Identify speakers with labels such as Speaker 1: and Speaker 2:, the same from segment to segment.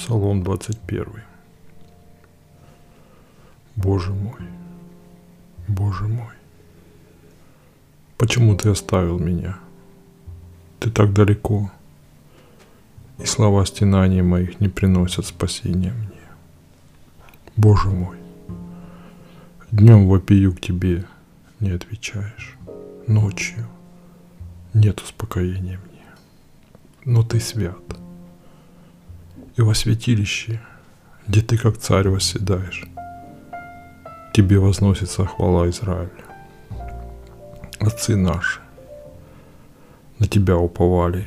Speaker 1: Псалом 21. Боже мой, почему ты оставил меня? Ты так далеко, и слова стенаний моих не приносят спасения мне. Боже мой, днем вопию к тебе, не отвечаешь, ночью нет успокоения мне. Но ты свят, и во святилище, где ты как царь восседаешь, тебе возносится хвала Израиля. Отцы наши на тебя уповали,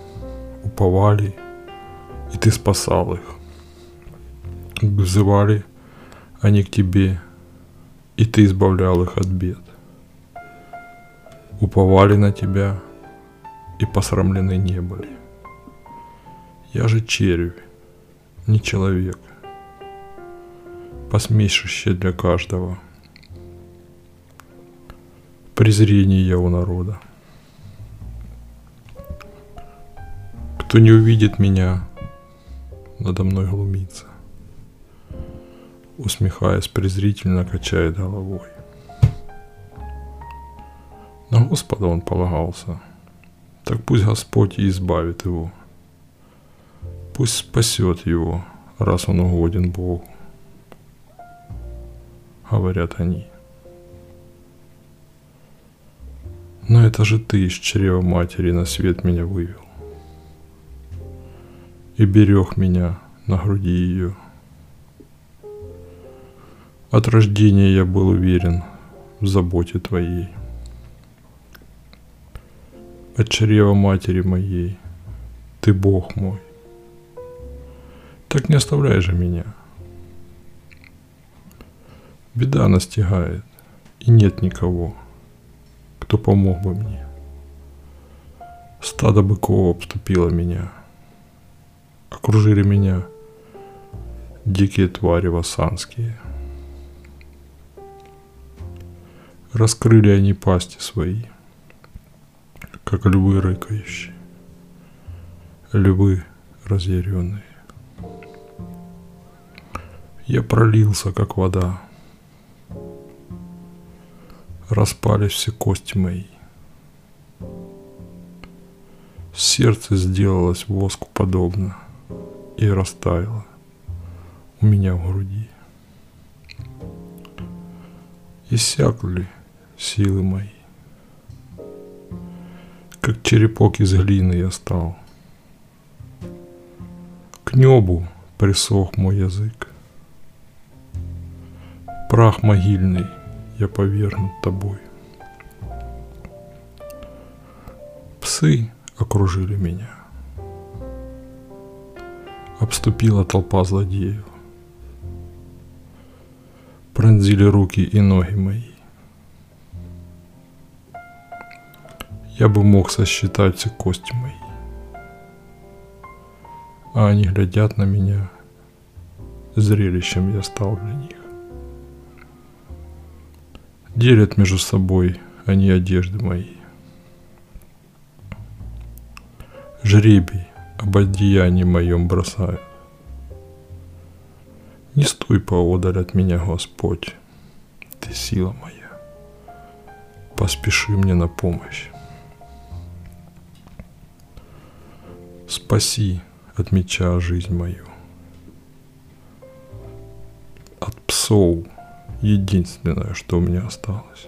Speaker 1: и ты спасал их. Взывали они к тебе, и ты избавлял их от бед. Уповали на тебя, и посрамлены не были. Я же червь, не человек, посмешище для каждого. Презрение я у народа. Кто не увидит меня, надо мной глумится, усмехаясь, презрительно качает головой. На Господа он полагался, так пусть Господь и избавит его. Пусть спасет его, раз он угоден Богу, говорят они. Но это же ты из чрева матери на свет меня вывел и берег меня на груди ее. От рождения я был уверен в заботе твоей. От чрева матери моей ты Бог мой. Так не оставляй же меня. Беда настигает, и нет никого, кто помог бы мне. Стадо быков обступило меня, окружили меня дикие твари васанские. Раскрыли они пасти свои, как львы рыкающие, львы разъяренные. Я пролился, как вода, распались все кости мои. Сердце сделалось воску подобно и растаяло у меня в груди. Иссякли силы мои, как черепок из глины я стал. К небу присох мой язык. Прах могильный я повергнут тобой. Псы окружили меня. Обступила толпа злодеев. Пронзили руки и ноги мои. Я бы мог сосчитать все кости мои. А они глядят на меня, зрелищем я стал для них. Делят между собой они одежды мои. Жребий об одеянии моем бросают. Не стой поодаль от меня, Господь, ты сила моя, поспеши мне на помощь. Спаси от меча жизнь мою. От псов единственное, что у меня осталось.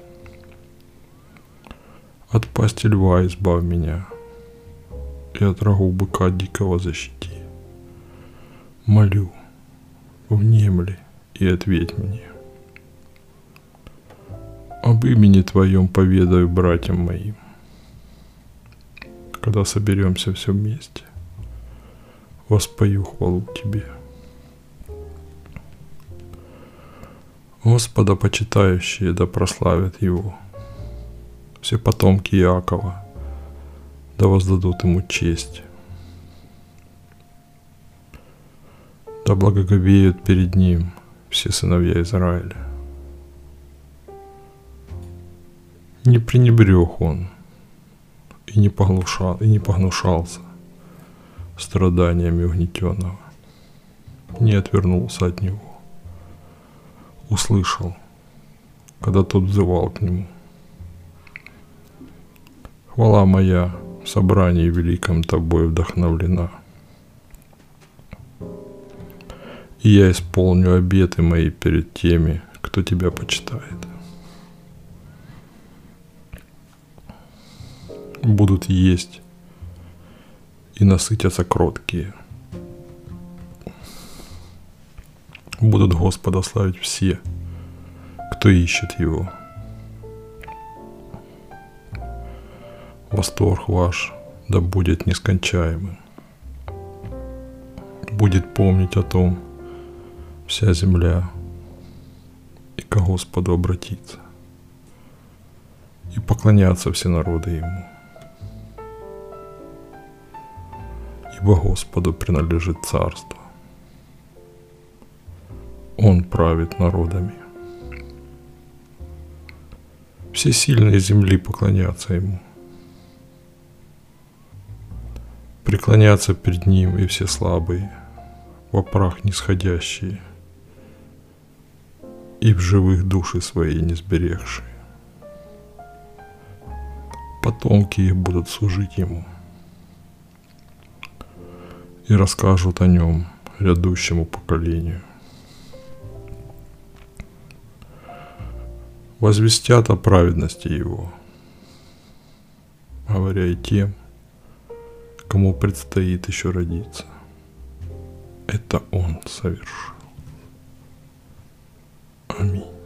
Speaker 1: От пасти льва избавь меня, и от рогов быка дикого защити. Молю, внемли и ответь мне. Об имени Твоем поведаю братьям моим, когда соберемся все вместе, воспою хвалу Тебе. Господа почитающие да прославят Его, все потомки Иакова да воздадут Ему честь, да благоговеют перед Ним все сыновья Израиля. Не пренебрег Он и не погнушался страданиями угнетенного. не отвернулся от него. Услышал, когда тот взывал к нему. Хвала моя в собрании великом тобой вдохновлена. И я исполню обеты мои перед теми, кто тебя почитает. Будут есть и насытятся кроткие. Будут Господа славить все, кто ищет Его. Восторг ваш да будет нескончаемым. Будет помнить о том вся земля и ко Господу обратиться, и поклоняться все народы Ему. Ибо Господу принадлежит царство. Он правит народами. Все сильные земли поклонятся Ему. Преклонятся перед Ним и все слабые, во прах нисходящие, и в живых души свои не сберегшие. Потомки их будут служить Ему и расскажут о Нем грядущему поколению. Возвестят о праведности Его, говоря и тем, кому предстоит еще родиться. Это Он совершил. Аминь.